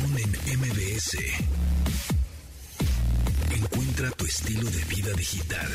Pontón en MBS. Encuentra tu estilo de vida digital.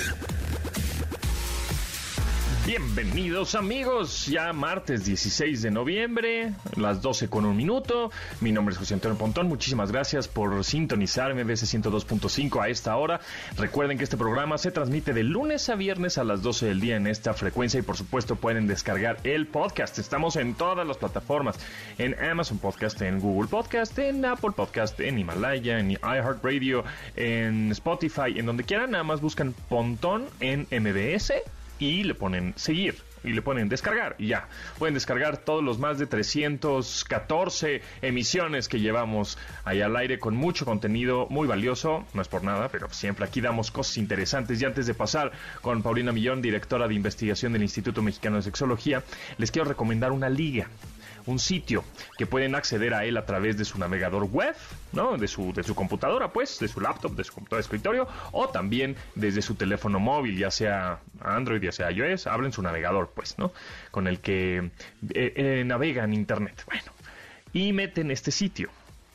Bienvenidos amigos, ya martes 16 de noviembre, las 12:01. Mi nombre es José Antonio Pontón, muchísimas gracias por sintonizar MBS 102.5 a esta hora. Recuerden que este programa se transmite de lunes a viernes a las 12 del día en esta frecuencia y por supuesto pueden descargar el podcast. Estamos en todas las plataformas, en Amazon Podcast, en Google Podcast, en Apple Podcast, en Himalaya, en iHeartRadio, en Spotify, en donde quieran, nada más buscan Pontón en MBS y le ponen seguir y le ponen descargar y ya. Pueden descargar todos los más de 314 emisiones que llevamos ahí al aire con mucho contenido muy valioso. No es por nada, pero siempre aquí damos cosas interesantes. Y antes de pasar con Paulina Millón, directora de investigación del Instituto Mexicano de Sexología, les quiero recomendar una liga, un sitio que pueden acceder a él a través de su navegador web, ¿no? De su computadora, pues, de su laptop, de su computadora de escritorio, o también desde su teléfono móvil, ya sea Android, ya sea iOS, abren su navegador, pues, ¿no? Con el que navegan internet. Bueno, y meten este sitio,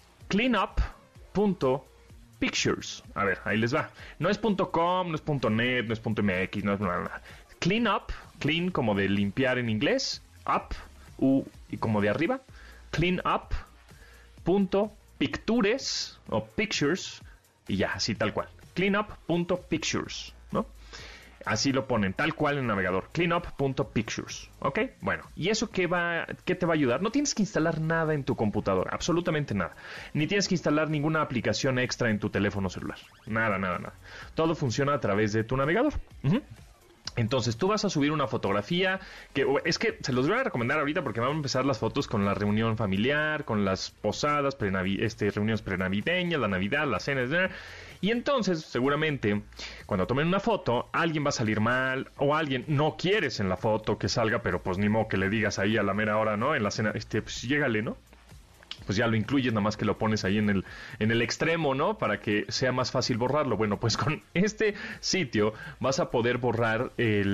cleanup.pictures. A ver, ahí les va. No es .com, no es .net, no es .mx, no es nada. Cleanup, clean como de limpiar en inglés, up, y como de arriba, cleanup.pictures o pictures, y ya, así tal cual, cleanup.pictures, ¿no? Así lo ponen, tal cual en el navegador, cleanup.pictures, ¿ok? Bueno, ¿y eso qué te va a ayudar? No tienes que instalar nada en tu computadora, absolutamente nada. Ni tienes que instalar ninguna aplicación extra en tu teléfono celular. Nada. Todo funciona a través de tu navegador. Entonces tú vas a subir una fotografía que es que se los voy a recomendar ahorita porque van a empezar las fotos con la reunión familiar, con las posadas, reuniones prenavideñas, la Navidad, las cenas, y entonces seguramente cuando tomen una foto alguien va a salir mal o alguien no quieres en la foto que salga, pero pues ni modo que le digas ahí a la mera hora, ¿no? En la cena, pues llégale, ¿no? Pues ya lo incluyes, nada más que lo pones ahí en el extremo, ¿no? Para que sea más fácil borrarlo. Bueno, pues con este sitio vas a poder borrar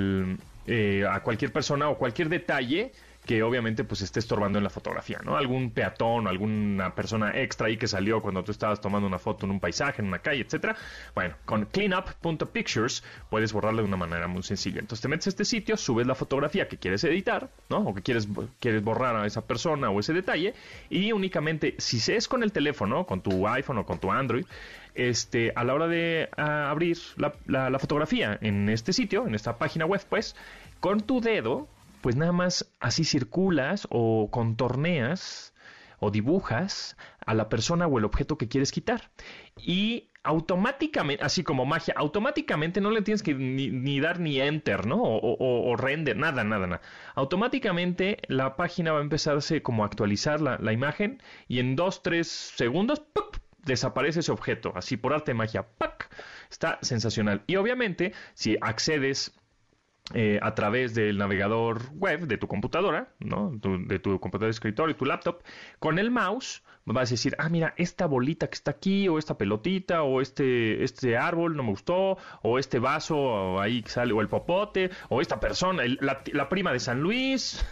a cualquier persona o cualquier detalle que obviamente pues esté estorbando en la fotografía, ¿no? Algún peatón o alguna persona extra ahí que salió cuando tú estabas tomando una foto en un paisaje, en una calle, etcétera. Bueno, con cleanup.pictures puedes borrarlo de una manera muy sencilla. Entonces te metes a este sitio, subes la fotografía que quieres editar, ¿no? O que quieres borrar a esa persona o ese detalle, y únicamente si es con el teléfono, con tu iPhone o con tu Android, a la hora de abrir la fotografía en este sitio, en esta página web, pues, con tu dedo, pues nada más así circulas o contorneas o dibujas a la persona o el objeto que quieres quitar. Y automáticamente, así como magia, automáticamente no le tienes que ni dar ni enter, ¿no? O render, nada. Automáticamente la página va a empezarse como a actualizar la imagen y en 2-3 segundos ¡pup!, desaparece ese objeto, así por arte de magia. ¡Pac! Está sensacional. Y obviamente, si accedes a través del navegador web de tu computadora, ¿no? De tu computadora de escritorio y tu laptop, con el mouse vas a decir, mira, esta bolita que está aquí, o esta pelotita, o este árbol no me gustó, o este vaso o ahí que sale, o el popote, o esta persona, la prima de San Luis,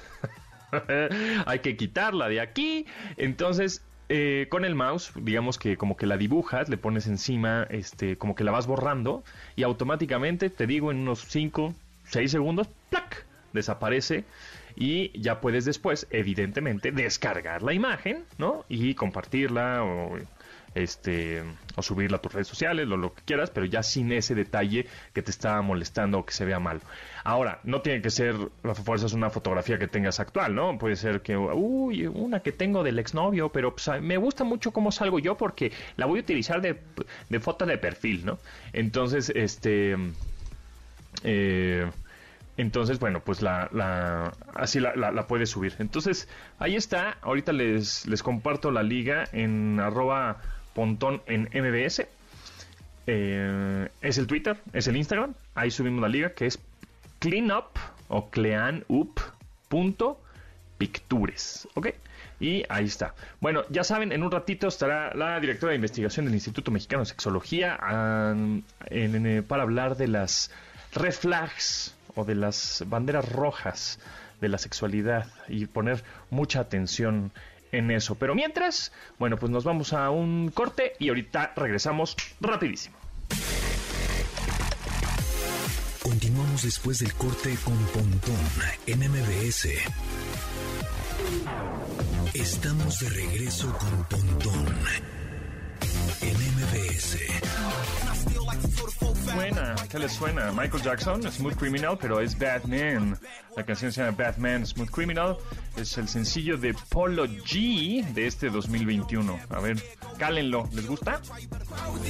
hay que quitarla de aquí. Entonces con el mouse, digamos que como que la dibujas, le pones encima, como que la vas borrando, y automáticamente, te digo, en unos 5-6 segundos, ¡plac!, desaparece, y ya puedes después, evidentemente, descargar la imagen, ¿no? Y compartirla o subirla a tus redes sociales, lo que quieras, pero ya sin ese detalle que te está molestando o que se vea mal. Ahora, no tiene que ser a fuerzas una fotografía que tengas actual, ¿no? Puede ser que, una que tengo del exnovio, pero pues, me gusta mucho cómo salgo yo porque la voy a utilizar de foto de perfil, ¿no? Entonces, entonces, bueno, pues así la puedes subir. Entonces, ahí está. Ahorita les comparto la liga en @Pontón en MBS. Es el Twitter, es el Instagram. Ahí subimos la liga, que es cleanup o cleanup.pictures, ¿ok? Y ahí está. Bueno, ya saben, en un ratito estará la directora de investigación del Instituto Mexicano de Sexología para hablar de las red flags o de las banderas rojas de la sexualidad y poner mucha atención en eso. Pero mientras, bueno, pues nos vamos a un corte y ahorita regresamos rapidísimo. Continuamos después del corte con Pontón en MBS. Estamos de regreso con Pontón en MBS. Buena, ¿qué les suena? Michael Jackson, Smooth Criminal, pero es Batman. La canción se llama Batman, Smooth Criminal. Es el sencillo de Polo G de este 2021. A ver, cálenlo. ¿Les gusta? Pontón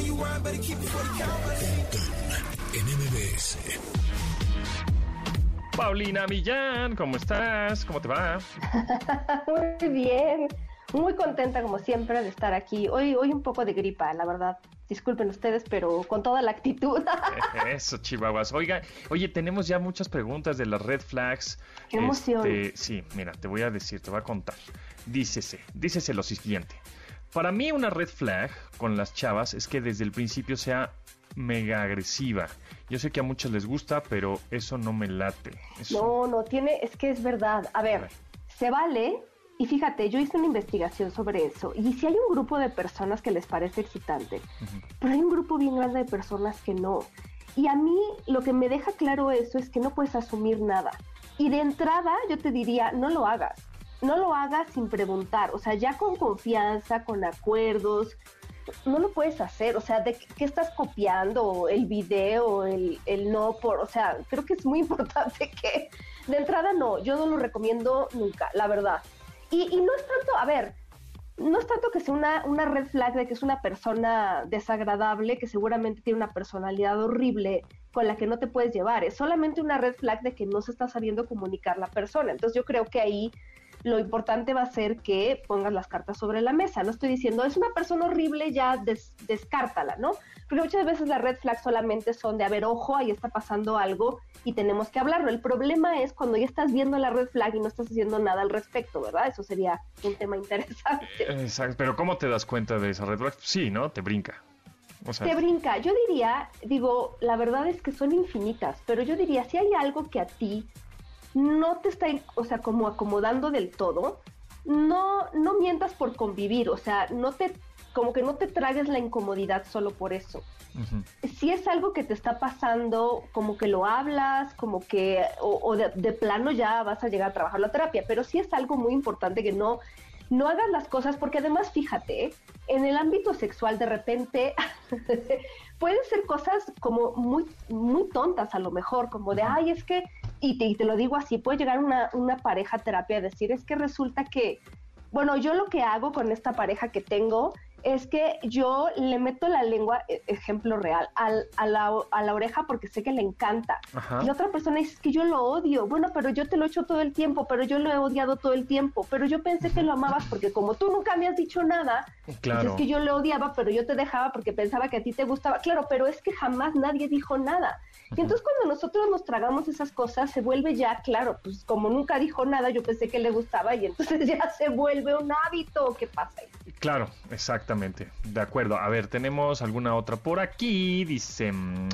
en MBS. Paulina Millán, ¿cómo estás? ¿Cómo te va? Muy bien, muy contenta como siempre de estar aquí. Hoy un poco de gripa, la verdad. Disculpen ustedes, pero con toda la actitud. Eso, chihuahuas. Oye, tenemos ya muchas preguntas de las red flags. ¡Qué emoción! Sí, mira, te voy a contar. Dícese lo siguiente. Para mí una red flag con las chavas es que desde el principio sea mega agresiva. Yo sé que a muchos les gusta, pero eso no me late. Es que es verdad. A ver, se vale. Y fíjate, yo hice una investigación sobre eso, y si hay un grupo de personas que les parece excitante, pero hay un grupo bien grande de personas que no. Y a mí lo que me deja claro eso es que no puedes asumir nada. Y de entrada yo te diría, no lo hagas. No lo hagas sin preguntar, o sea, ya con confianza, con acuerdos, no lo puedes hacer. O sea, ¿de qué estás copiando? El video, el no por... O sea, creo que es muy importante que de entrada yo no lo recomiendo nunca, la verdad. Y no es tanto, a ver, no es tanto que sea una red flag de que es una persona desagradable, que seguramente tiene una personalidad horrible con la que no te puedes llevar. Es solamente una red flag de que no se está sabiendo comunicar la persona. Entonces yo creo que ahí lo importante va a ser que pongas las cartas sobre la mesa. No estoy diciendo, es una persona horrible, ya descártala, ¿no? Porque muchas veces las red flags solamente son de, a ver, ojo, ahí está pasando algo y tenemos que hablarlo. El problema es cuando ya estás viendo la red flag y no estás haciendo nada al respecto, ¿verdad? Eso sería un tema interesante. Exacto, pero ¿cómo te das cuenta de esa red flag? Sí, ¿no? Te brinca. O sea, te brinca. Yo diría, la verdad es que son infinitas, pero yo diría, si hay algo que a ti no te está, o sea, como acomodando del todo, no mientas por convivir, o sea, como que no te tragues la incomodidad solo por eso. Si es algo que te está pasando, como que lo hablas, como que, o de plano ya vas a llegar a trabajar la terapia, pero sí es algo muy importante que no hagas las cosas, porque además, fíjate, en el ámbito sexual de repente pueden ser cosas como muy, muy tontas a lo mejor, como de, ay, es que, y te lo digo así, puede llegar una pareja a terapia a decir, es que resulta que, bueno, yo lo que hago con esta pareja que tengo es que yo le meto la lengua, ejemplo real, a la oreja porque sé que le encanta. Ajá. Y la otra persona dice, es que yo lo odio. Bueno, pero yo te lo echo todo el tiempo, pero yo lo he odiado todo el tiempo. Pero yo pensé que lo amabas porque como tú nunca me has dicho nada, claro. Es que yo lo odiaba, pero yo te dejaba porque pensaba que a ti te gustaba. Claro, pero es que jamás nadie dijo nada. Y entonces cuando nosotros nos tragamos esas cosas, se vuelve ya, claro, pues como nunca dijo nada, yo pensé que le gustaba y entonces ya se vuelve un hábito. ¿Qué pasa ahí? Claro, exactamente. De acuerdo. A ver, tenemos alguna otra por aquí. Dice...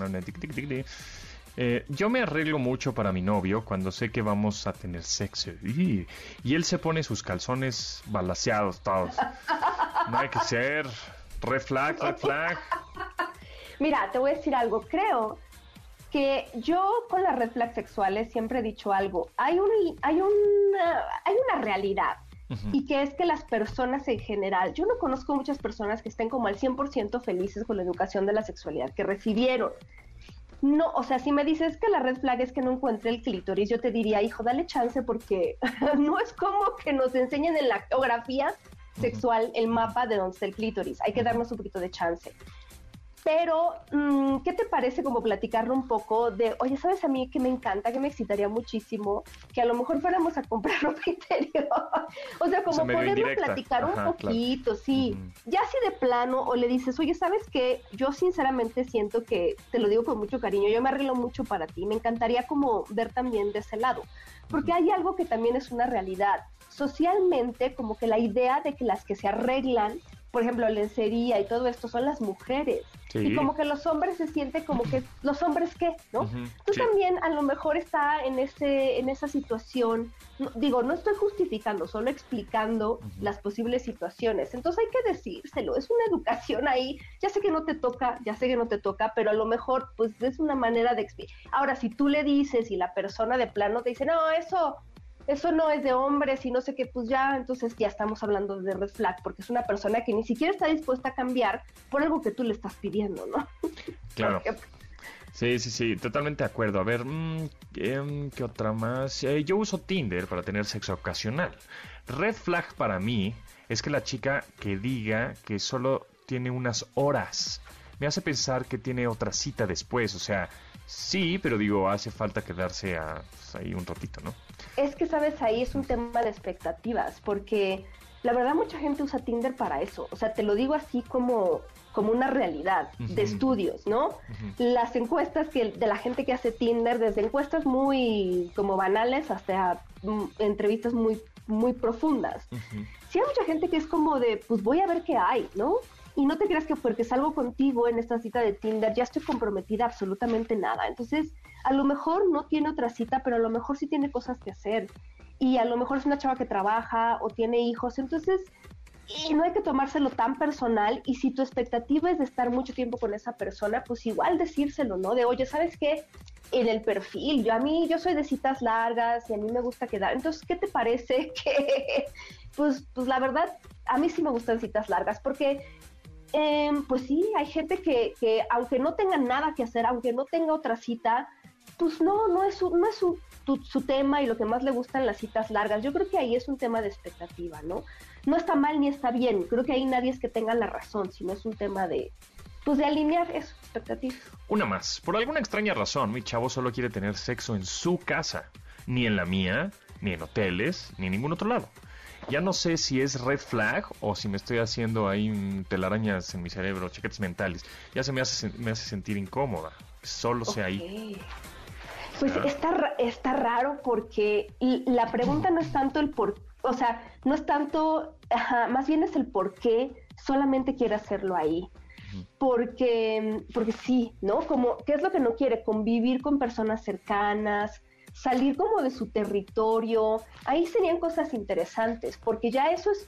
yo me arreglo mucho para mi novio cuando sé que vamos a tener sexo. Y él se pone sus calzones balaceados todos. No hay que ser... Red flag. Mira, te voy a decir algo. Creo que yo con las red flags sexuales siempre he dicho algo. Hay una realidad. Y que es que las personas en general, yo no conozco muchas personas que estén como al 100% felices con la educación de la sexualidad que recibieron. No, o sea, si me dices que la red flag es que no encuentre el clítoris, yo te diría, hijo, dale chance porque no es como que nos enseñen en la geografía sexual el mapa de dónde está el clítoris. Hay que darnos un poquito de chance. Pero, ¿qué te parece como platicarlo un poco de, oye, ¿sabes a mí que me encanta, que me excitaría muchísimo? Que a lo mejor fuéramos a comprar ropa interior. O sea, como poderlo platicar un poquito, claro. Sí. Ya si de plano, o le dices, oye, ¿sabes qué? Yo sinceramente siento que, te lo digo con mucho cariño, yo me arreglo mucho para ti. Me encantaría como ver también de ese lado. Porque hay algo que también es una realidad. Socialmente, como que la idea de que las que se arreglan por ejemplo, lencería y todo esto son las mujeres. Sí. Y como que los hombres se sienten como que, ¿los hombres qué? ¿No? Tú Sí. también a lo mejor está en esa situación. Digo, no estoy justificando, solo explicando las posibles situaciones. Entonces hay que decírselo, es una educación ahí. Ya sé que no te toca, pero a lo mejor pues es una manera de explicar. Ahora, si tú le dices y la persona de plano te dice, no, eso no es de hombres y no sé qué, pues ya, entonces ya estamos hablando de red flag, porque es una persona que ni siquiera está dispuesta a cambiar por algo que tú le estás pidiendo, ¿no? Claro. Sí, totalmente de acuerdo. A ver, ¿qué otra más? Yo uso Tinder para tener sexo ocasional. Red flag para mí es que la chica que diga que solo tiene unas horas me hace pensar que tiene otra cita después. O sea, sí, pero digo, hace falta quedarse pues, ahí un ratito, ¿no? Es que, ¿sabes? Ahí es un tema de expectativas, porque la verdad mucha gente usa Tinder para eso. O sea, te lo digo así como una realidad de estudios, ¿no? Las encuestas de la gente que hace Tinder, desde encuestas muy como banales hasta entrevistas muy, muy profundas. Sí hay mucha gente que es como de, pues voy a ver qué hay, ¿no? Y no te creas que porque salgo contigo en esta cita de Tinder ya estoy comprometida a absolutamente nada. Entonces, a lo mejor no tiene otra cita, pero a lo mejor sí tiene cosas que hacer. Y a lo mejor es una chava que trabaja o tiene hijos. Entonces, y no hay que tomárselo tan personal. Y si tu expectativa es de estar mucho tiempo con esa persona, pues igual decírselo, ¿no? De, oye, ¿sabes qué? En el perfil, yo soy de citas largas y a mí me gusta quedar. Entonces, ¿qué te parece que...? Pues la verdad, a mí sí me gustan citas largas porque... pues sí, hay gente que aunque no tenga nada que hacer, aunque no tenga otra cita, pues no es su tema y lo que más le gustan las citas largas. Yo creo que ahí es un tema de expectativa, ¿no? No está mal ni está bien. Creo que ahí nadie es que tenga la razón, sino es un tema de alinear eso, expectativas. Una más. Por alguna extraña razón, mi chavo solo quiere tener sexo en su casa. Ni en la mía, ni en hoteles, ni en ningún otro lado. Ya no sé si es red flag o si me estoy haciendo ahí telarañas en mi cerebro, chaquetes mentales. Ya me hace sentir incómoda. Solo sea ahí. Pues está raro porque la pregunta no es tanto el por, o sea, no es tanto, más bien es el por qué solamente quiere hacerlo ahí. Porque sí, ¿no? Como, ¿qué es lo que no quiere? Convivir con personas cercanas, salir como de su territorio. Ahí serían cosas interesantes, porque ya eso es,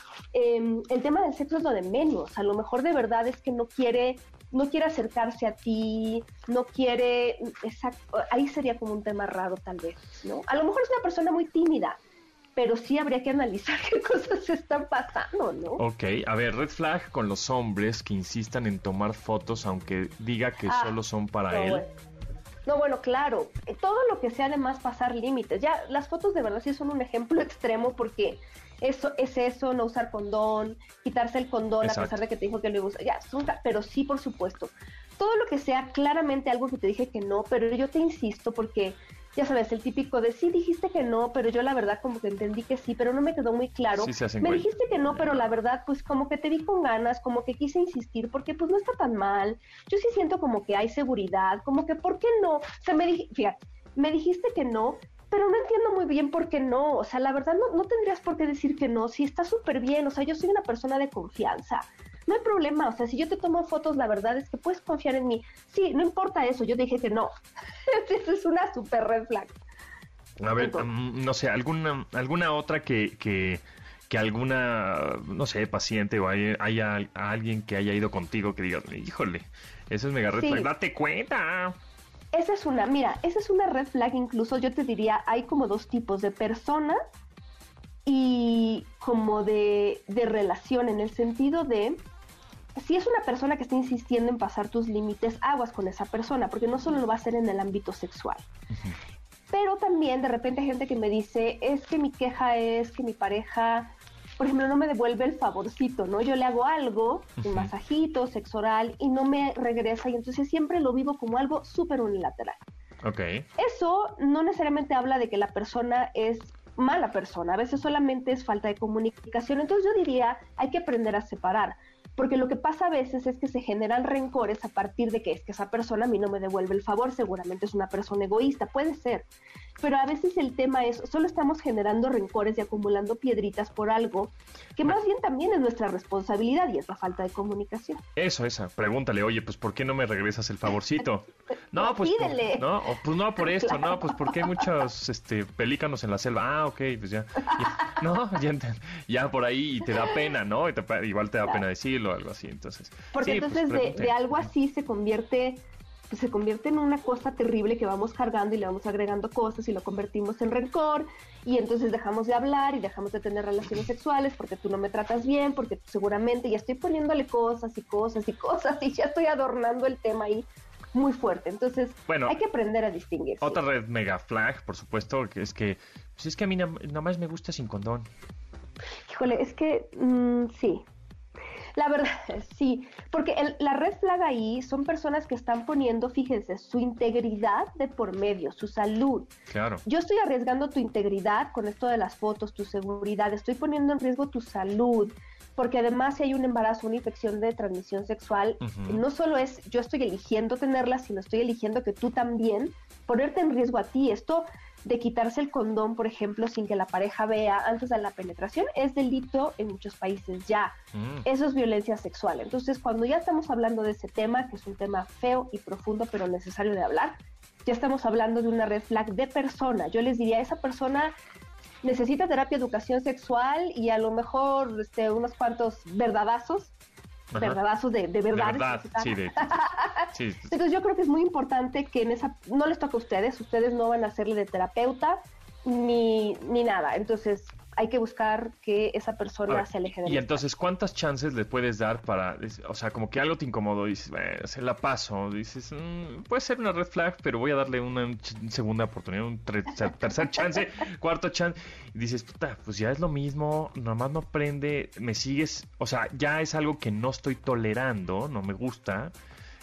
el tema del sexo es lo de menos. A lo mejor de verdad es que no quiere acercarse a ti, no quiere, exacto, ahí sería como un tema raro tal vez, ¿no? A lo mejor es una persona muy tímida, pero sí habría que analizar qué cosas están pasando, ¿no? Ok, a ver, red flag con los hombres que insistan en tomar fotos aunque diga que solo son para él. Bueno. No, bueno, claro, todo lo que sea además pasar límites. Ya, las fotos de verdad sí son un ejemplo extremo porque eso, no usar condón, quitarse el condón. Exacto. A pesar de que te dijo que lo iba a usar. Ya, pero sí, por supuesto. Todo lo que sea claramente algo que te dije que no, pero yo te insisto porque, ya sabes, el típico de sí dijiste que no, pero yo la verdad como que entendí que sí, pero no me quedó muy claro. Sí, me dijiste que no, pero la verdad pues como que te vi con ganas, como que quise insistir porque pues no está tan mal. Yo sí siento como que hay seguridad, como que ¿por qué no? O sea, fíjate, me dijiste que no, pero no entiendo muy bien por qué no. O sea, la verdad no tendrías por qué decir que no, si está súper bien. O sea, yo soy una persona de confianza. No hay problema, o sea, si yo te tomo fotos, la verdad es que puedes confiar en mí. Sí, no importa eso, yo dije que no. Eso es una super red flag. A ver, no sé, alguna otra que alguna, no sé, paciente o haya alguien que haya ido contigo que diga, híjole, eso es mega red flag, date cuenta. Esa es una red flag. Incluso yo te diría, hay como dos tipos de persona y como de relación, en el sentido de si es una persona que está insistiendo en pasar tus límites, aguas con esa persona, porque no solo lo va a hacer en el ámbito sexual. Pero también de repente hay gente que me dice, es que mi queja es que mi pareja, por ejemplo, no me devuelve el favorcito, ¿no? Yo le hago algo, un masajito, sexo oral, y no me regresa, y entonces siempre lo vivo como algo súper unilateral. Okay. Eso no necesariamente habla de que la persona es mala persona, a veces solamente es falta de comunicación. Entonces yo diría, hay que aprender a separar. Porque lo que pasa a veces es que se generan rencores a partir de que es que esa persona a mí no me devuelve el favor, seguramente es una persona egoísta, puede ser. Pero a veces el tema es, solo estamos generando rencores y acumulando piedritas por algo que más bien también es nuestra responsabilidad y es la falta de comunicación. Esa, pregúntale, oye, pues ¿por qué no me regresas el favorcito? No, pues pídele. No, por esto, Claro. no, pues porque hay muchos pelícanos en la selva. Ok, pues ya. No, ya por ahí y te da pena, ¿no? Igual te da pena decirlo o algo así, entonces. Porque sí, pues, entonces pregunte. de algo así se convierte en una cosa terrible que vamos cargando y le vamos agregando cosas y lo convertimos en rencor y entonces dejamos de hablar y dejamos de tener relaciones sexuales porque tú no me tratas bien, porque tú seguramente ya estoy poniéndole cosas y cosas y cosas y ya estoy adornando el tema ahí muy fuerte. Entonces Bueno, hay que aprender a distinguir. Sí. Otra red mega flag, por supuesto, que es que a mí nada más me gusta sin condón. Híjole, es que sí. La verdad, sí, porque la red flag ahí son personas que están poniendo, fíjense, su integridad de por medio, su salud. Claro. Yo estoy arriesgando tu integridad con esto de las fotos, tu seguridad, estoy poniendo en riesgo tu salud, porque además si hay un embarazo, una infección de transmisión sexual, no solo es yo estoy eligiendo tenerla, sino estoy eligiendo que tú también ponerte en riesgo a ti. Esto de quitarse el condón, por ejemplo, sin que la pareja vea antes de la penetración, es delito en muchos países ya. Eso es violencia sexual. Entonces, cuando ya estamos hablando de ese tema, que es un tema feo y profundo, pero necesario de hablar, ya estamos hablando de una red flag de persona. Yo les diría, esa persona necesita terapia de educación sexual y a lo mejor unos cuantos verdadazos, verdadazos de verdades. Verdad, sí. Entonces yo creo que es muy importante que no les toca a ustedes no van a hacerle de terapeuta ni nada. Entonces hay que buscar que esa persona se aleje de Y entonces, ¿cuántas chances le puedes dar para, o sea, como que algo te incomodó, dices, bueno, se la paso, dices, puede ser una red flag, pero voy a darle una segunda oportunidad, un tercer chance, cuarto chance, y dices, puta, pues ya es lo mismo, nomás no prende, me sigues, o sea, ya es algo que no estoy tolerando, no me gusta,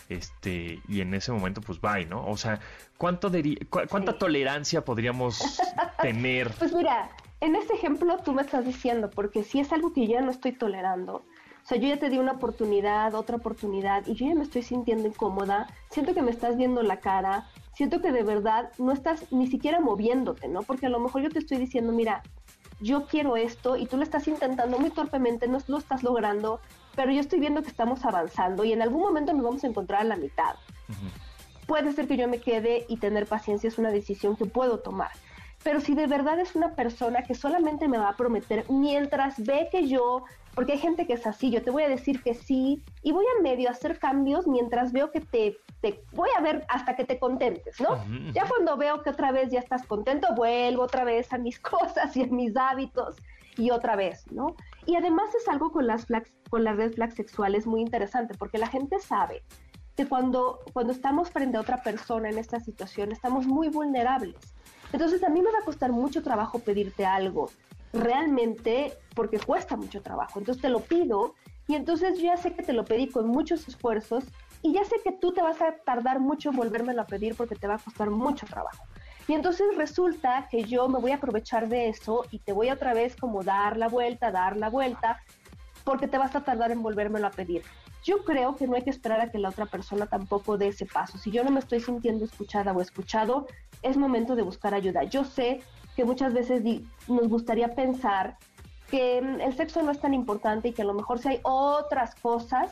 y en ese momento, pues bye, ¿no? O sea, ¿cuánta tolerancia podríamos tener? Pues mira, en ese ejemplo tú me estás diciendo, porque si es algo que yo ya no estoy tolerando, o sea, yo ya te di una oportunidad, otra oportunidad, y yo ya me estoy sintiendo incómoda, siento que me estás viendo la cara, siento que de verdad no estás ni siquiera moviéndote, ¿no? Porque a lo mejor yo te estoy diciendo, mira, yo quiero esto, y tú lo estás intentando muy torpemente, no lo estás logrando, pero yo estoy viendo que estamos avanzando, y en algún momento nos vamos a encontrar a la mitad. Puede ser que yo me quede y tener paciencia es una decisión que puedo tomar. Pero si de verdad es una persona que solamente me va a prometer mientras ve que yo, porque hay gente que es así, yo te voy a decir que sí y voy a medio hacer cambios mientras veo que te voy a ver hasta que te contentes, ¿no? Ya cuando veo que otra vez ya estás contento, vuelvo otra vez a mis cosas y a mis hábitos y otra vez, ¿no? Y además es algo con las red flags sexuales muy interesante porque la gente sabe que cuando estamos frente a otra persona en esta situación estamos muy vulnerables. Entonces a mí me va a costar mucho trabajo pedirte algo, realmente, porque cuesta mucho trabajo. Entonces te lo pido y entonces yo ya sé que te lo pedí con muchos esfuerzos y ya sé que tú te vas a tardar mucho en volvérmelo a pedir porque te va a costar mucho trabajo. Y entonces resulta que yo me voy a aprovechar de eso y te voy a otra vez como dar la vuelta, porque te vas a tardar en volvérmelo a pedir. Yo creo que no hay que esperar a que la otra persona tampoco dé ese paso. Si yo no me estoy sintiendo escuchada o escuchado, es momento de buscar ayuda. Yo sé que muchas veces nos gustaría pensar que el sexo no es tan importante y que a lo mejor sí hay otras cosas,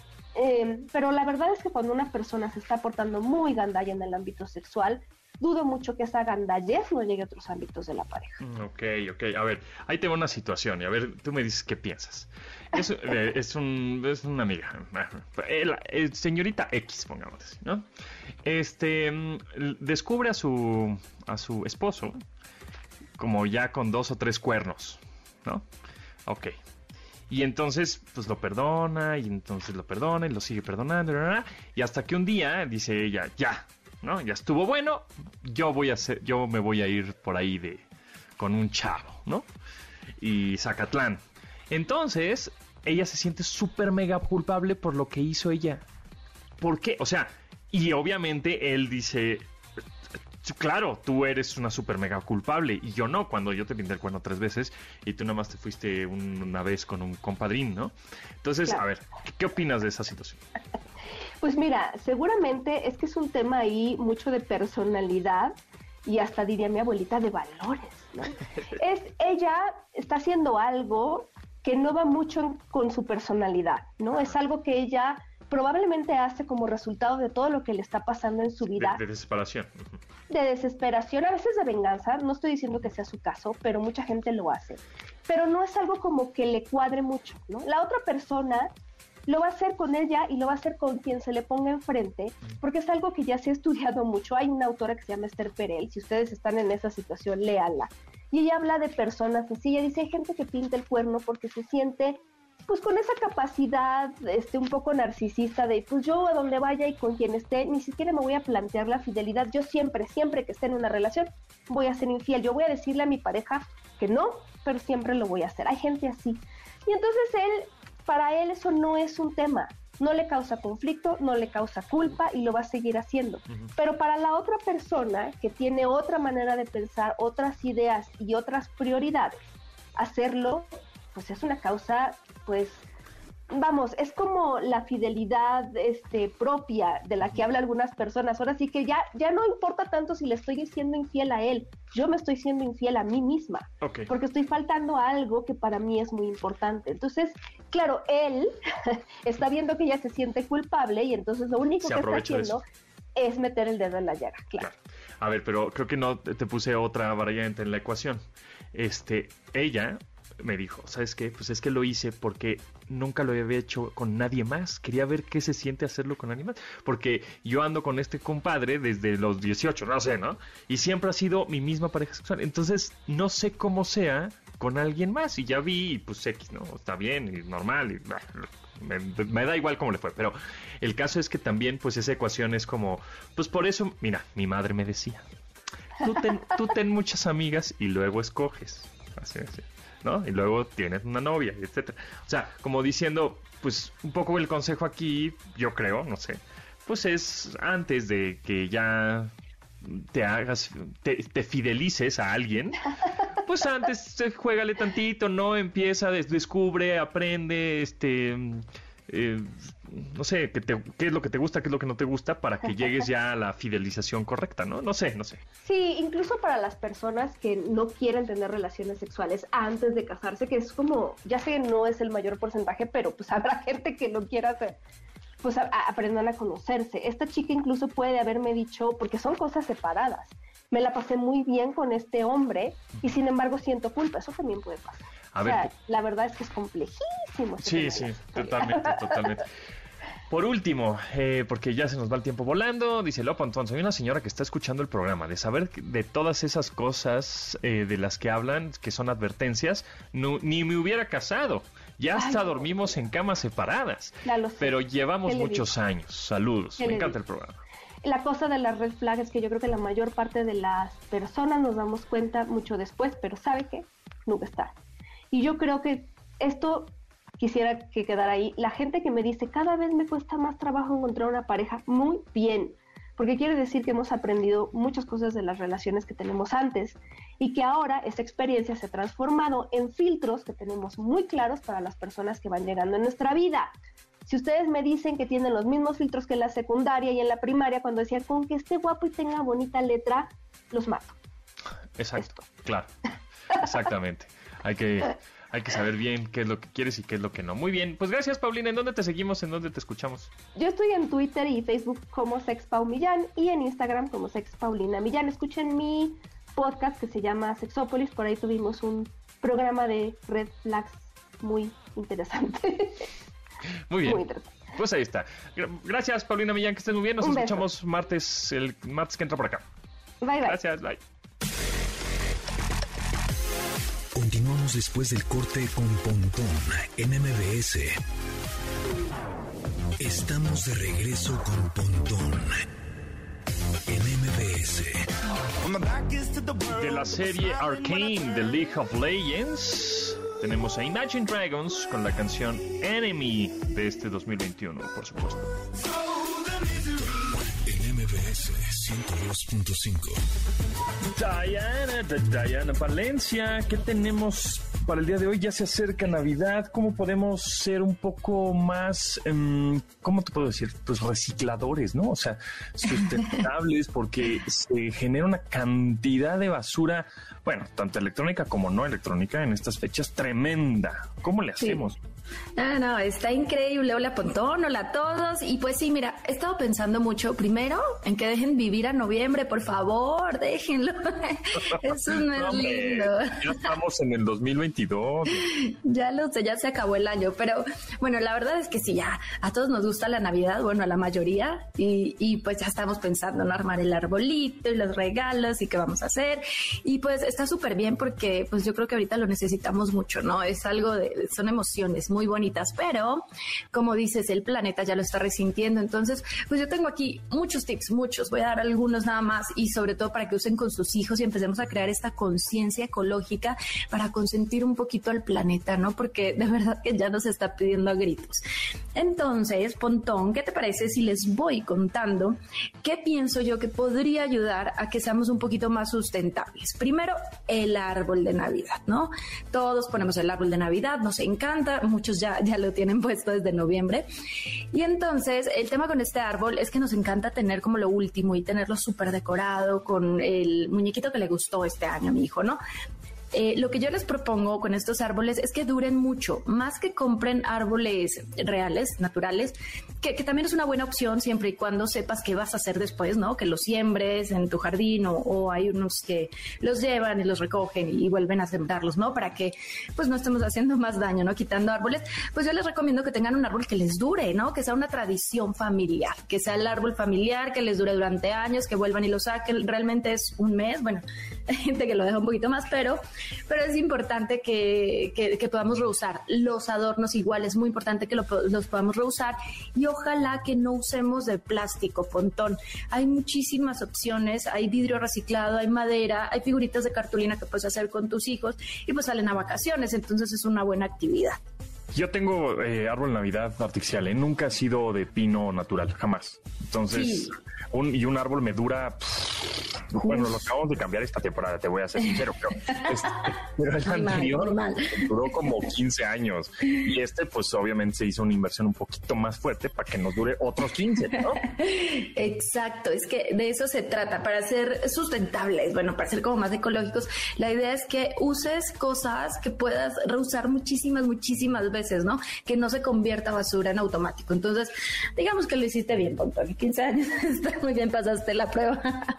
pero la verdad es que cuando una persona se está portando muy gandalla en el ámbito sexual, dudo mucho que esa gandallez no llegue a otros ámbitos de la pareja. Ok. A ver, ahí tengo una situación y a ver, tú me dices qué piensas. Es una amiga, señorita X, pongamos así, ¿no? Descubre a su esposo como ya con 2 o 3 cuernos, ¿no? Ok. Y entonces, pues lo perdona, y lo sigue perdonando, y hasta que un día dice ella, ya, ¿no? Ya estuvo bueno, yo me voy a ir por ahí con un chavo, ¿no? Y Zacatlán. Entonces, ella se siente súper mega culpable por lo que hizo ella. ¿Por qué? O sea, y obviamente él dice, claro, tú eres una super mega culpable y yo no, cuando yo te pinté el cuerno 3 veces y tú nada más te fuiste una vez con un compadrín, ¿no? Entonces, claro. A ver, ¿qué opinas de esa situación? Pues mira, seguramente es que es un tema ahí mucho de personalidad y hasta diría mi abuelita de valores, ¿no? Ella está haciendo algo que no va mucho con su personalidad, ¿no? Es algo que ella probablemente hace como resultado de todo lo que le está pasando en su vida. De desesperación. De desesperación, a veces de venganza, no estoy diciendo que sea su caso, pero mucha gente lo hace. Pero no es algo como que le cuadre mucho, ¿no? La otra persona lo va a hacer con ella y lo va a hacer con quien se le ponga enfrente, porque es algo que ya se ha estudiado mucho. Hay una autora que se llama Esther Perel, si ustedes están en esa situación, léanla. Y ella habla de personas así, ella dice, hay gente que pinta el cuerno porque se siente pues con esa capacidad un poco narcisista de pues yo a donde vaya y con quien esté, ni siquiera me voy a plantear la fidelidad, yo siempre que esté en una relación voy a ser infiel, yo voy a decirle a mi pareja que no, pero siempre lo voy a hacer. Hay gente así. Y entonces para él eso no es un tema, no le causa conflicto, no le causa culpa y lo va a seguir haciendo. Pero para la otra persona que tiene otra manera de pensar, otras ideas y otras prioridades, hacerlo pues es una causa, pues, vamos, es como la fidelidad propia de la que hablan algunas personas. Ahora sí que ya no importa tanto si le estoy siendo infiel a él, yo me estoy siendo infiel a mí misma, porque estoy faltando a algo que para mí es muy importante. Entonces, claro, él está viendo que ella se siente culpable y entonces lo único que está haciendo es meter el dedo en la llaga, claro. A ver, pero creo que no te puse otra variante en la ecuación. Ella me dijo, ¿sabes qué? Pues es que lo hice porque nunca lo había hecho con nadie más. Quería ver qué se siente hacerlo con alguien más. Porque yo ando con este compadre desde los 18, no sé, ¿no? Y siempre ha sido mi misma pareja sexual. Entonces, no sé cómo sea con alguien más. Y ya vi, pues X, ¿no? Está bien y normal. Y me da igual cómo le fue. Pero el caso es que también, pues esa ecuación es como, pues por eso, mira, mi madre me decía, tú ten muchas amigas y luego escoges. Así. ¿No? Y luego tienes una novia, etcétera. O sea, como diciendo, pues un poco el consejo aquí, yo creo, no sé, pues es antes de que ya te fidelices a alguien, pues antes juégale tantito, ¿no? Empieza, descubre, aprende, no sé, qué es lo que te gusta, qué es lo que no te gusta, para que llegues ya a la fidelización correcta, ¿no? No sé. Sí, incluso para las personas que no quieren tener relaciones sexuales antes de casarse, que es como, ya sé que no es el mayor porcentaje, pero pues habrá gente que lo quiera hacer, pues aprendan a conocerse. Esta chica incluso puede haberme dicho, porque son cosas separadas, me la pasé muy bien con este hombre y sin embargo siento culpa, eso también puede pasar. La verdad es que es complejísimo. Sí, totalmente. Por último, porque ya se nos va el tiempo volando, dice Lopo, entonces hay una señora que está escuchando el programa, de saber de todas esas cosas de las que hablan, que son advertencias, ni me hubiera casado. Ya hasta dormimos en camas separadas, pero llevamos muchos años. Saludos, me encanta el programa. La cosa de las red flags es que yo creo que la mayor parte de las personas nos damos cuenta mucho después, pero ¿sabe qué? Nunca está. Y yo creo que esto quisiera que quedara ahí. La gente que me dice, cada vez me cuesta más trabajo encontrar una pareja, muy bien, porque quiere decir que hemos aprendido muchas cosas de las relaciones que tenemos antes y que ahora esa experiencia se ha transformado en filtros que tenemos muy claros para las personas que van llegando en nuestra vida. Si ustedes me dicen que tienen los mismos filtros que en la secundaria y en la primaria, cuando decían, con que esté guapo y tenga bonita letra, los mato. Exacto, claro, exactamente. Hay que saber bien qué es lo que quieres y qué es lo que no. Muy bien, pues gracias, Paulina. ¿En dónde te seguimos? ¿En dónde te escuchamos? Yo estoy en Twitter y Facebook como SexPauMillán y en Instagram como SexPaulinaMillán. Escuchen mi podcast que se llama Sexópolis. Por ahí tuvimos un programa de red flags muy interesante. Muy bien. Muy interesante. Pues ahí está. Gracias, Paulina Millán, que estés muy bien. Nos escuchamos el martes que entra por acá. Bye. Gracias, bye. Continuamos después del corte con Pontón en MBS. Estamos de regreso con Pontón en MBS. De la serie Arcane de League of Legends, tenemos a Imagine Dragons con la canción Enemy de este 2021, por supuesto. En MBS MBS 102.5. Diana Valencia, ¿qué tenemos para el día de hoy? Ya se acerca Navidad. ¿Cómo podemos ser un poco más, cómo te puedo decir? Pues recicladores, ¿no? O sea, sustentables, porque se genera una cantidad de basura, bueno, tanto electrónica como no electrónica en estas fechas, tremenda. ¿Cómo le hacemos? No, está increíble. Hola, Pontón, hola a todos. Y pues sí, mira, he estado pensando mucho, primero, en que dejen vivir a noviembre, por favor, déjenlo. Eso no es lindo. Ya estamos en el 2022. Ya lo sé, ya se acabó el año, pero bueno, la verdad es que sí, ya a todos nos gusta la Navidad, bueno, a la mayoría, y pues ya estamos pensando en armar el arbolito y los regalos y qué vamos a hacer. Y pues está súper bien porque pues yo creo que ahorita lo necesitamos mucho, ¿no? Es algo son emociones muy bonitas, pero como dices, el planeta ya lo está resintiendo. Entonces, pues yo tengo aquí muchos tips, voy a dar algunos nada más, y sobre todo para que usen con sus hijos y empecemos a crear esta conciencia ecológica para consentir un poquito al planeta, ¿no? Porque de verdad que ya nos está pidiendo a gritos. Entonces, Pontón, ¿qué te parece si les voy contando qué pienso yo que podría ayudar a que seamos un poquito más sustentables? Primero, el árbol de Navidad, ¿no? Todos ponemos el árbol de Navidad, nos encanta, muchos ya lo tienen puesto desde noviembre. Y entonces, el tema con este árbol es que nos encanta tener como lo último y tenerlo súper decorado con el muñequito que le gustó este año a mi hijo, ¿no? Lo que yo les propongo con estos árboles es que duren mucho, más que compren árboles reales, naturales, que también es una buena opción siempre y cuando sepas qué vas a hacer después, ¿no? Que los siembres en tu jardín o hay unos que los llevan y los recogen y vuelven a sembrarlos, ¿no? Para que pues no estemos haciendo más daño, ¿no? Quitando árboles, pues yo les recomiendo que tengan un árbol que les dure, ¿no? Que sea una tradición familiar, que sea el árbol familiar, que les dure durante años, que vuelvan y lo saquen. Realmente es un mes, bueno, hay gente que lo deja un poquito más, pero es importante que podamos reusar. Los adornos igual, es muy importante que los podamos reusar, y ojalá que no usemos de plástico, Pontón. Hay muchísimas opciones, hay vidrio reciclado, hay madera, hay figuritas de cartulina que puedes hacer con tus hijos y pues salen a vacaciones, entonces es una buena actividad. Yo tengo árbol de Navidad artificial, ¿eh? Nunca ha sido de pino natural, jamás. Entonces, sí. Un árbol me dura... Bueno, lo acabamos de cambiar esta temporada, te voy a ser sincero, pero el anterior duró como 15 años. Y pues obviamente se hizo una inversión un poquito más fuerte para que nos dure otros 15, ¿no? Exacto, es que de eso se trata, para ser sustentables, bueno, para ser como más ecológicos. La idea es que uses cosas que puedas reusar muchísimas veces, ¿no? Que no se convierta basura en automático. Entonces, digamos que lo hiciste bien, Pontón. 15 años, está muy bien, pasaste la prueba.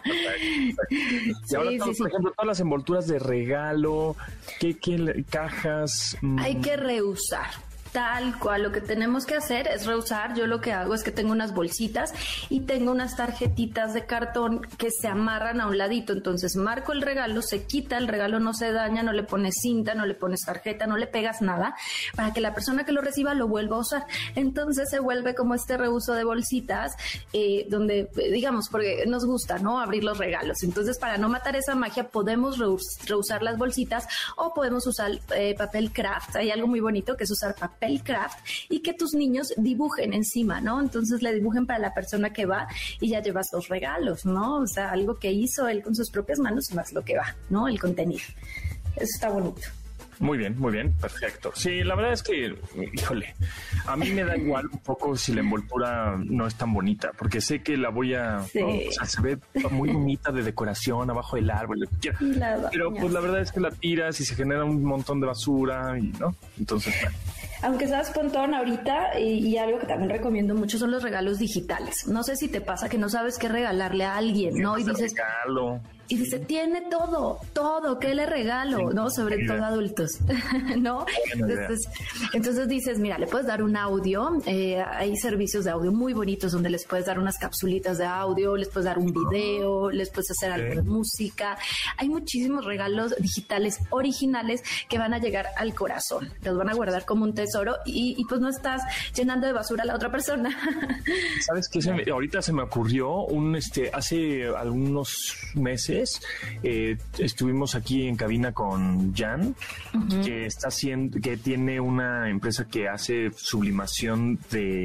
Y ahora, por ejemplo, todas las envolturas de regalo, ¿qué cajas? Hay que reusar. Tal cual, lo que tenemos que hacer es reusar. Yo lo que hago es que tengo unas bolsitas y tengo unas tarjetitas de cartón que se amarran a un ladito. Entonces marco el regalo, se quita, el regalo no se daña, no le pones cinta, no le pones tarjeta, no le pegas nada, para que la persona que lo reciba lo vuelva a usar. Entonces se vuelve como este reuso de bolsitas, donde, digamos, porque nos gusta, ¿no? Abrir los regalos. Entonces, para no matar esa magia, podemos reusar las bolsitas, o podemos usar papel craft. Hay algo muy bonito que es usar papel craft y que tus niños dibujen encima, ¿no? Entonces le dibujen para la persona que va y ya llevas 2 regalos, ¿no? O sea, algo que hizo él con sus propias manos más lo que va, ¿no? El contenido. Eso está bonito. Muy bien, perfecto. Sí, la verdad es que, híjole, a mí me da igual un poco si la envoltura no es tan bonita, porque sé que la voy a... Sí. ¿no? O sea, se ve muy bonita de decoración abajo del árbol, lo que quiera. Pero pues la verdad es que la tiras y se genera un montón de basura, y ¿no? Entonces, bueno. Aunque sabes, Pontón, ahorita, y algo que también recomiendo mucho son los regalos digitales. No sé si te pasa que no sabes qué regalarle a alguien, ¿no? Y dices... regalo. Y dice, tiene todo, ¿qué le regalo? Sí, ¿no? Sobre todo adultos, ¿no? Entonces dices, mira, le puedes dar un audio, hay servicios de audio muy bonitos donde les puedes dar unas capsulitas de audio, les puedes dar un video, les puedes hacer algo de música. Hay muchísimos regalos digitales originales que van a llegar al corazón, los van a guardar como un tesoro y pues no estás llenando de basura a la otra persona. ¿Sabes qué? Ahorita se me ocurrió hace algunos meses estuvimos aquí en cabina con Jan, que tiene una empresa que hace sublimación de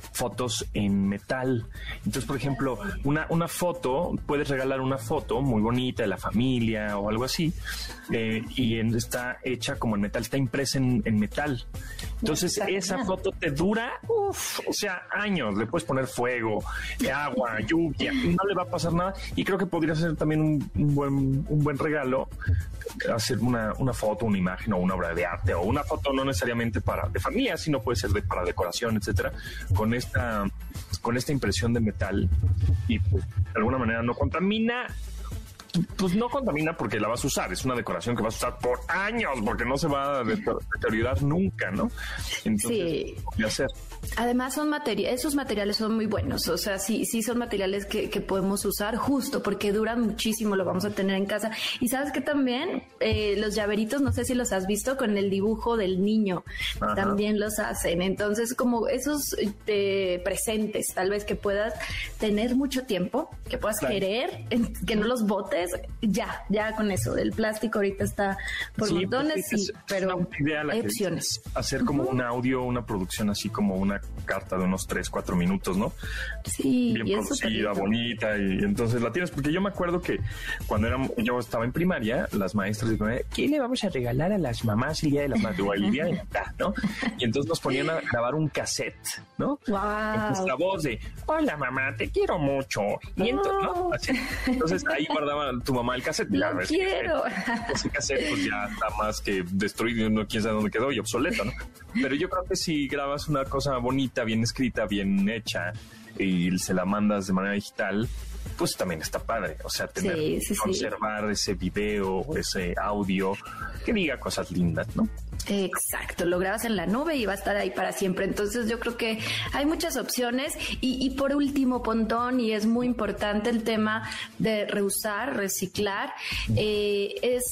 fotos en metal. Entonces, por ejemplo, una foto, puedes regalar una foto muy bonita de la familia o algo así, está hecha como en metal, está impresa en metal. Entonces, esa foto te dura, o sea, años. Le puedes poner fuego, agua, lluvia, y no le va a pasar nada. Y creo que podría ser también un buen regalo hacer una foto, una imagen o una obra de arte, o una foto no necesariamente de familia, sino puede ser para decoración, etcétera, con esta impresión de metal, y pues de alguna manera no contamina. Pues no contamina porque la vas a usar, es una decoración que vas a usar por años, porque no se va a deteriorar nunca, ¿no? Entonces, ¿qué hacer? Además esos materiales son muy buenos, o sea, sí son materiales que podemos usar justo porque duran muchísimo, lo vamos a tener en casa. Y sabes que también los llaveritos, no sé si los has visto con el dibujo del niño, también los hacen. Entonces, como esos presentes, tal vez que puedas tener mucho tiempo, que puedas querer, que no los botes, ya con eso. El plástico ahorita está por montones, pues, pero hay opciones. Hacer como un audio, una producción así como una carta de unos 3-4 minutos, ¿no? Sí. Bien producida, bonita, y entonces la tienes, porque yo me acuerdo que cuando yo estaba en primaria, las maestras dijeron, ¿qué le vamos a regalar a las mamás el día de las madres o el día de Navidad, ¿no? Y entonces nos ponían a grabar un cassette, ¿no? Wow. Entonces la voz de, hola mamá, te quiero mucho. Y entonces, ¿no? Así. Entonces ahí guardaba tu mamá el cassette. Lo quiero. Ese cassette pues ya está más que destruido, no quién sabe dónde quedó y obsoleto, ¿no? Pero yo creo que si grabas una cosa bonita, bien escrita, bien hecha y se la mandas de manera digital, pues también está padre. O sea, conservar ese video, ese audio que diga cosas lindas, ¿no? Exacto, lo grabas en la nube y va a estar ahí para siempre. Entonces yo creo que hay muchas opciones y por último, Pontón, y es muy importante el tema de reusar, reciclar, es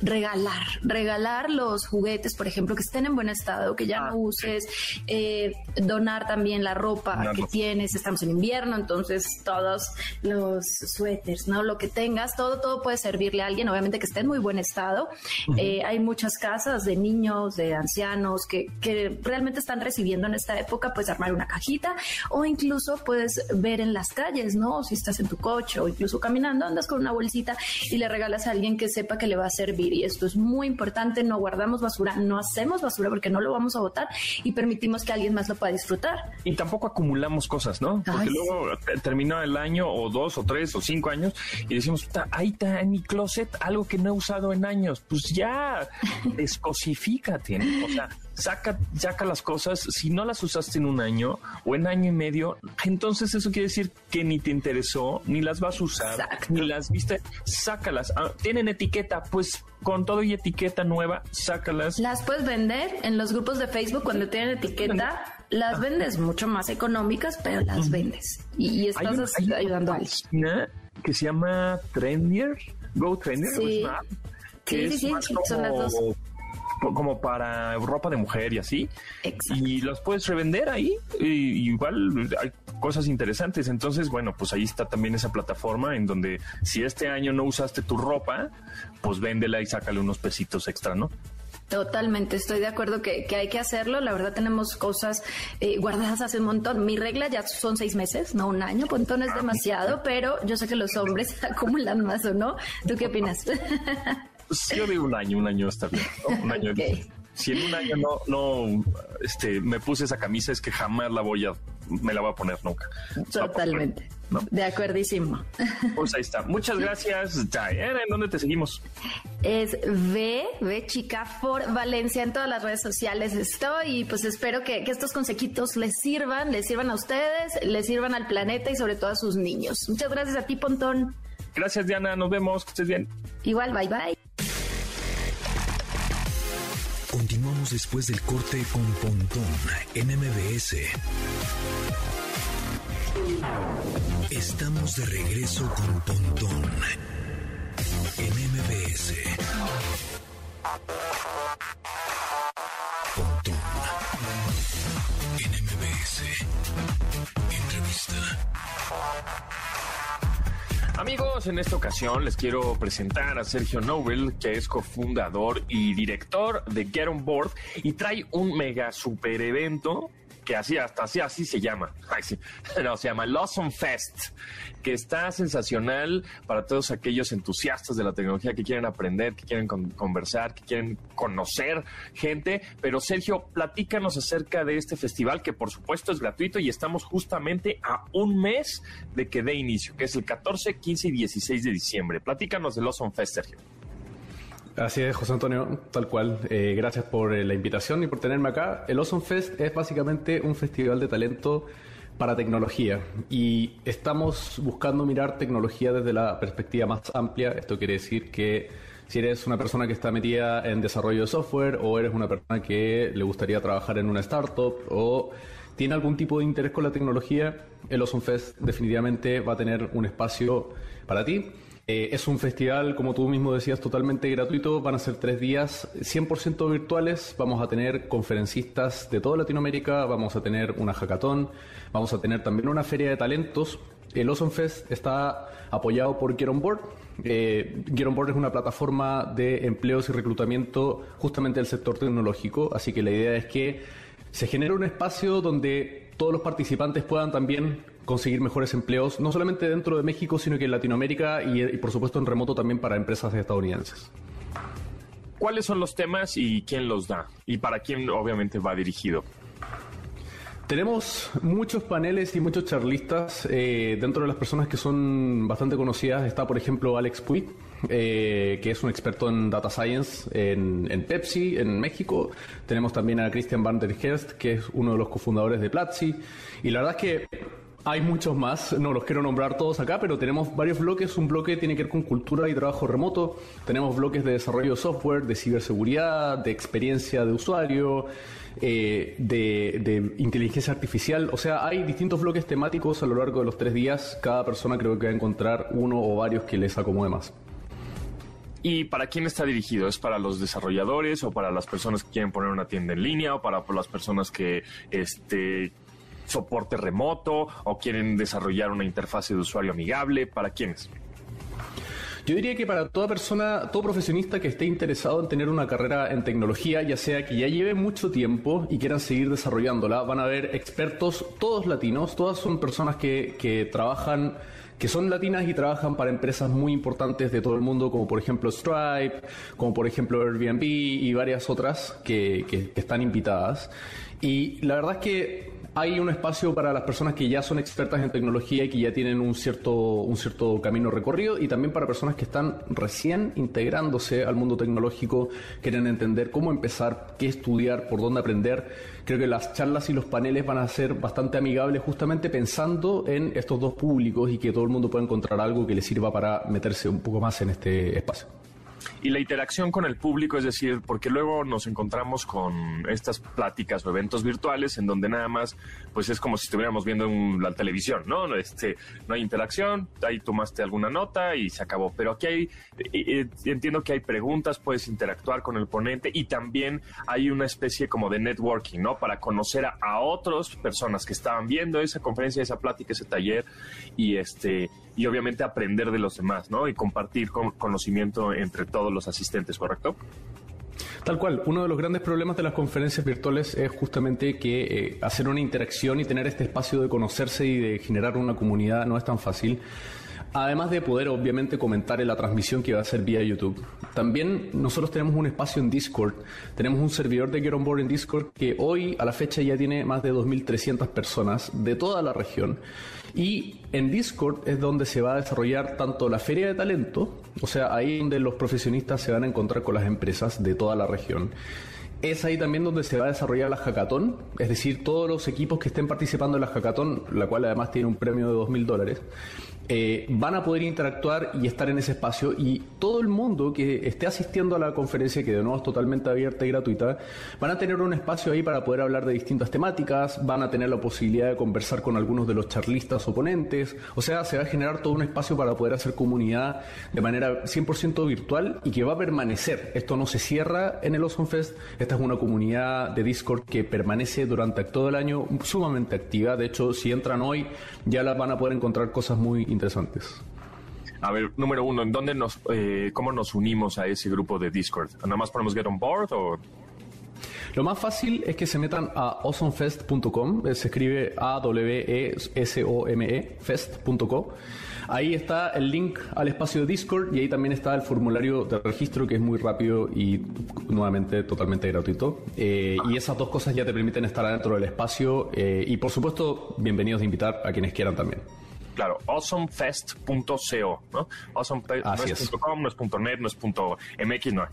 regalar los juguetes, por ejemplo, que estén en buen estado, que ya no uses, donar también la ropa que tienes. Estamos en invierno, entonces todos los suéteres, ¿no? Lo que tengas, todo puede servirle a alguien, obviamente que esté en muy buen estado. Hay muchas casas de niños, de ancianos que realmente están recibiendo en esta época, pues armar una cajita, o incluso puedes ver en las calles, ¿no? Si estás en tu coche o incluso caminando, andas con una bolsita y le regalas a alguien que sepa que le va a servir. Y esto es muy importante, no guardamos basura, no hacemos basura porque no lo vamos a botar y permitimos que alguien más lo pueda disfrutar. Y tampoco acumulamos cosas, ¿no? Porque luego termina el año o 2 o 3 o 5 años y decimos, ahí está en mi closet algo que no he usado en años. Pues ya, descosifícate, ¿no? O sea, saca las cosas. Si no las usaste en un año o en año y medio, entonces eso quiere decir que ni te interesó, ni las vas a usar, ni las viste. Sácalas. ¿Tienen etiqueta? Pues con todo y etiqueta nueva, sácalas. Las puedes vender en los grupos de Facebook cuando tienen etiqueta. Las vendes mucho más económicas, pero las vendes. Y estás ayudando a alguien. Una que se llama Trendier, Go Trendier. Sí, son las dos. Como para ropa de mujer y así. Exacto. Y las puedes revender ahí. Y igual hay cosas interesantes. Entonces, bueno, pues ahí está también esa plataforma en donde si este año no usaste tu ropa, pues véndela y sácale unos pesitos extra, ¿no? Totalmente, estoy de acuerdo que hay que hacerlo. La verdad tenemos cosas guardadas hace un montón. Mi regla ya son 6 meses, no un año. Pontón es demasiado, pero yo sé que los hombres acumulan más, ¿o no? ¿Tú qué opinas? Pues yo digo un año está bien, ¿no? Un año. Okay. Si en un año no me puse esa camisa, es que jamás me la voy a poner nunca. Totalmente. ¿No? De acuerdísimo. Pues ahí está. Muchas gracias, Diana. ¿En dónde te seguimos? Es V Chica for Valencia en todas las redes sociales estoy, y pues espero que estos consejitos les sirvan a ustedes, les sirvan al planeta y sobre todo a sus niños. Muchas gracias a ti, Pontón. Gracias, Diana. Nos vemos. Que estés bien. Igual, bye. Continuamos después del corte con Pontón en MBS. Estamos de regreso con Pontón en MBS. Pontón en MBS. Entrevista. Amigos, en esta ocasión les quiero presentar a Sergio Nobel, que es cofundador y director de Get On Board, y trae un mega super evento que así se llama. Ay, sí. No, se llama el Awesome Fest, que está sensacional para todos aquellos entusiastas de la tecnología que quieren aprender, que quieren conversar, que quieren conocer gente. Pero Sergio, platícanos acerca de este festival, que por supuesto es gratuito y estamos justamente a un mes de que dé inicio, que es el 14, 15 y 16 de diciembre. Platícanos del Awesome Fest, Sergio. Así es, José Antonio, tal cual. Gracias por la invitación y por tenerme acá. El Awesome Fest es básicamente un festival de talento para tecnología y estamos buscando mirar tecnología desde la perspectiva más amplia. Esto quiere decir que si eres una persona que está metida en desarrollo de software o eres una persona que le gustaría trabajar en una startup o tiene algún tipo de interés con la tecnología, el Awesome Fest definitivamente va a tener un espacio para ti. Es un festival, como tú mismo decías, totalmente gratuito. Van a ser 3 días 100% virtuales. Vamos a tener conferencistas de toda Latinoamérica, vamos a tener una hackathon, vamos a tener también una feria de talentos. El Awesome Fest está apoyado por Get On Board. Get On Board es una plataforma de empleos y reclutamiento justamente del sector tecnológico, así que la idea es que se genere un espacio donde todos los participantes puedan también conseguir mejores empleos, no solamente dentro de México, sino que en Latinoamérica y por supuesto en remoto también para empresas estadounidenses. ¿Cuáles son los temas y quién los da? Y para quién obviamente va dirigido. Tenemos muchos paneles y muchos charlistas. Dentro de las personas que son bastante conocidas está, por ejemplo, Alex Puig, que es un experto en data science en Pepsi, en México. Tenemos también a Christian van der Herst, que es uno de los cofundadores de Platzi. Y la verdad es que hay muchos más, no los quiero nombrar todos acá, pero tenemos varios bloques. Un bloque tiene que ver con cultura y trabajo remoto. Tenemos bloques de desarrollo de software, de ciberseguridad, de experiencia de usuario, de inteligencia artificial. O sea, hay distintos bloques temáticos a lo largo de los 3 días. Cada persona creo que va a encontrar uno o varios que les acomode más. ¿Y para quién está dirigido? ¿Es para los desarrolladores o para las personas que quieren poner una tienda en línea o para las personas que soporte remoto o quieren desarrollar una interfase de usuario amigable? ¿Para quiénes? Yo diría que para toda persona, todo profesionista que esté interesado en tener una carrera en tecnología, ya sea que ya lleve mucho tiempo y quieran seguir desarrollándola, van a haber expertos, todos latinos, todas son personas que trabajan, que son latinas y trabajan para empresas muy importantes de todo el mundo, como por ejemplo Stripe, como por ejemplo Airbnb y varias otras que están invitadas. Y la verdad es que hay un espacio para las personas que ya son expertas en tecnología y que ya tienen un cierto camino recorrido, y también para personas que están recién integrándose al mundo tecnológico, quieren entender cómo empezar, qué estudiar, por dónde aprender. Creo que las charlas y los paneles van a ser bastante amigables justamente pensando en estos dos públicos y que todo el mundo pueda encontrar algo que le sirva para meterse un poco más en este espacio. Y la interacción con el público, es decir, porque luego nos encontramos con estas pláticas o eventos virtuales en donde nada más, pues es como si estuviéramos viendo la televisión, ¿no? No hay interacción, ahí tomaste alguna nota y se acabó. Pero aquí entiendo que hay preguntas, puedes interactuar con el ponente y también hay una especie como de networking, ¿no? Para conocer a otras personas que estaban viendo esa conferencia, esa plática, ese taller y obviamente aprender de los demás, ¿no? Y compartir conocimiento entre todos los asistentes, ¿correcto? Tal cual. Uno de los grandes problemas de las conferencias virtuales es justamente que hacer una interacción y tener este espacio de conocerse y de generar una comunidad no es tan fácil. Además de poder obviamente comentar en la transmisión que va a ser vía YouTube. También nosotros tenemos un espacio en Discord. Tenemos un servidor de Get On Board en Discord que hoy a la fecha ya tiene más de 2.300 personas de toda la región. Y en Discord es donde se va a desarrollar tanto la feria de talento, o sea, ahí donde los profesionistas se van a encontrar con las empresas de toda la región. Es ahí también donde se va a desarrollar la hackathon, es decir, todos los equipos que estén participando en la hackathon, la cual además tiene un premio de $2.000, van a poder interactuar y estar en ese espacio, y todo el mundo que esté asistiendo a la conferencia, que de nuevo es totalmente abierta y gratuita, van a tener un espacio ahí para poder hablar de distintas temáticas, van a tener la posibilidad de conversar con algunos de los charlistas o ponentes, o sea, se va a generar todo un espacio para poder hacer comunidad de manera 100% virtual y que va a permanecer. Esto no se cierra en el Awesome Fest, esta es una comunidad de Discord que permanece durante todo el año sumamente activa. De hecho, si entran hoy ya las van a poder encontrar cosas muy interesantes. A ver, número uno, ¿en dónde cómo nos unimos a ese grupo de Discord? ¿Nada más ponemos Get On Board o...? Lo más fácil es que se metan a awesomefest.com, se escribe AWESOME fest.co. Ahí está el link al espacio de Discord y ahí también está el formulario de registro, que es muy rápido y nuevamente totalmente gratuito. Y esas dos cosas ya te permiten estar adentro del espacio y por supuesto bienvenidos a invitar a quienes quieran también. Claro, awesomefest.co, ¿no? Awesomefest no es .com, no es .net, no es .mx, no.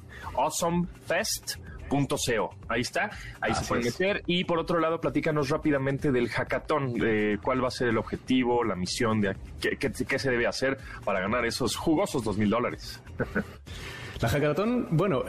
awesomefest.co. Ahí está, ahí se pueden meter. Y por otro lado, platícanos rápidamente del hackathon. ¿Cuál va a ser el objetivo, la misión? ¿Qué se debe hacer para ganar esos jugosos $2,000? La hackathon, bueno,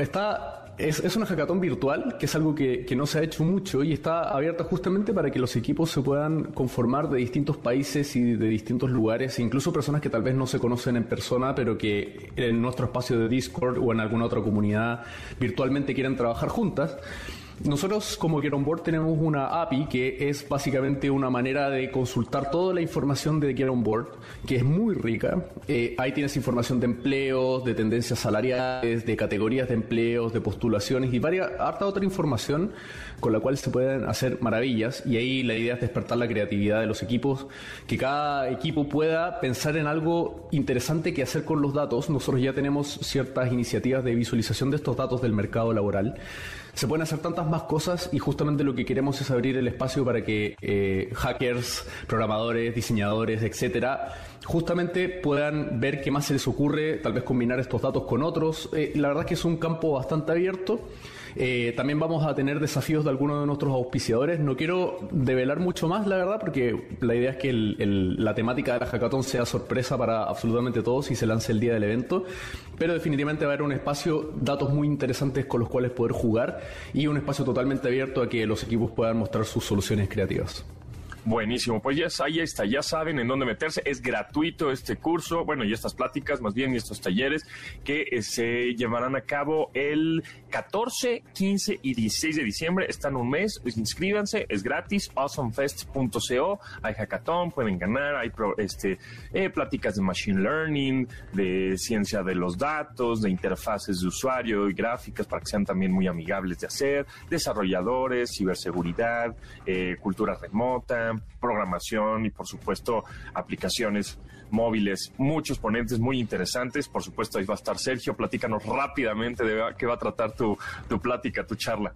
es una hackathon virtual, que es algo que no se ha hecho mucho y está abierta justamente para que los equipos se puedan conformar de distintos países y de distintos lugares, incluso personas que tal vez no se conocen en persona, pero que en nuestro espacio de Discord o en alguna otra comunidad virtualmente quieren trabajar juntas. Nosotros como Get On Board tenemos una API que es básicamente una manera de consultar toda la información de Get On Board, que es muy rica. Ahí tienes información de empleos, de tendencias salariales, de categorías de empleos, de postulaciones y harta otra información con la cual se pueden hacer maravillas. Y ahí la idea es despertar la creatividad de los equipos, que cada equipo pueda pensar en algo interesante que hacer con los datos. Nosotros ya tenemos ciertas iniciativas de visualización de estos datos del mercado laboral. Se pueden hacer tantas más cosas y justamente lo que queremos es abrir el espacio para que hackers, programadores, diseñadores, etcétera, justamente puedan ver qué más se les ocurre, tal vez combinar estos datos con otros. La verdad es que es un campo bastante abierto. También vamos a tener desafíos de algunos de nuestros auspiciadores. No quiero develar mucho más, la verdad, porque la idea es que la temática de la hackathon sea sorpresa para absolutamente todos y se lance el día del evento. Pero definitivamente va a haber un espacio, datos muy interesantes con los cuales poder jugar y un espacio totalmente abierto a que los equipos puedan mostrar sus soluciones creativas. Buenísimo, pues ahí está, ya saben en dónde meterse, es gratuito este curso, bueno, y estas pláticas más bien, y estos talleres que se llevarán a cabo el 14, 15 y 16 de diciembre, están un mes, inscríbanse, es gratis, awesomefest.co, hay hackathon, pueden ganar, hay pláticas de machine learning, de ciencia de los datos, de interfaces de usuario y gráficas para que sean también muy amigables de hacer, desarrolladores, ciberseguridad, cultura remota, programación y por supuesto aplicaciones móviles, muchos ponentes muy interesantes. Por supuesto ahí va a estar Sergio, platícanos rápidamente de qué va a tratar tu plática, tu charla.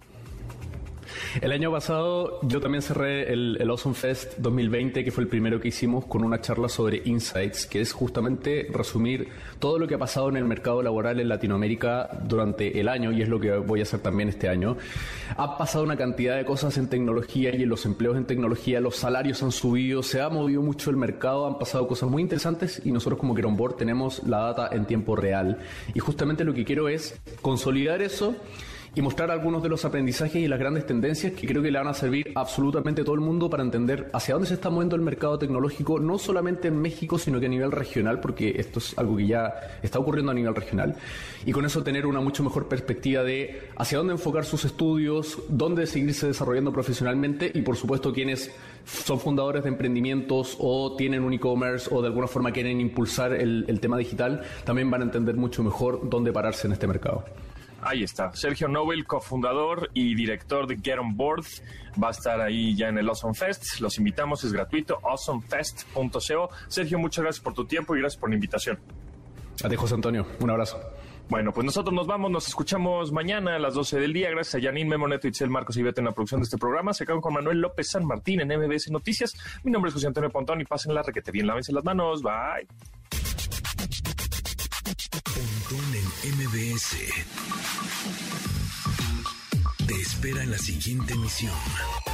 El año pasado yo también cerré el Awesome Fest 2020, que fue el primero que hicimos, con una charla sobre Insights, que es justamente resumir todo lo que ha pasado en el mercado laboral en Latinoamérica durante el año, y es lo que voy a hacer también este año. Ha pasado una cantidad de cosas en tecnología y en los empleos en tecnología, los salarios han subido, se ha movido mucho el mercado, han pasado cosas muy interesantes y nosotros como Get On Board tenemos la data en tiempo real. Y justamente lo que quiero es consolidar eso y mostrar algunos de los aprendizajes y las grandes tendencias que creo que le van a servir a absolutamente todo el mundo para entender hacia dónde se está moviendo el mercado tecnológico, no solamente en México, sino que a nivel regional, porque esto es algo que ya está ocurriendo a nivel regional, y con eso tener una mucho mejor perspectiva de hacia dónde enfocar sus estudios, dónde seguirse desarrollando profesionalmente y por supuesto quienes son fundadores de emprendimientos o tienen un e-commerce o de alguna forma quieren impulsar el tema digital, también van a entender mucho mejor dónde pararse en este mercado. Ahí está, Sergio Nobel, cofundador y director de Get On Board, va a estar ahí ya en el Awesome Fest. Los invitamos, es gratuito, awesomefest.co. Sergio, muchas gracias por tu tiempo y gracias por la invitación. A ti, José Antonio, un abrazo. Bueno, pues nosotros nos vamos, nos escuchamos mañana a las 12 del día. Gracias a Janine, Memo Neto, Itzel, Marcos y Beto en la producción de este programa. Se quedan con Manuel López San Martín en MBS Noticias. Mi nombre es José Antonio Pontón y pásenla requete bien, lávense las manos. Bye. Pontón en MBS. Te espera en la siguiente emisión.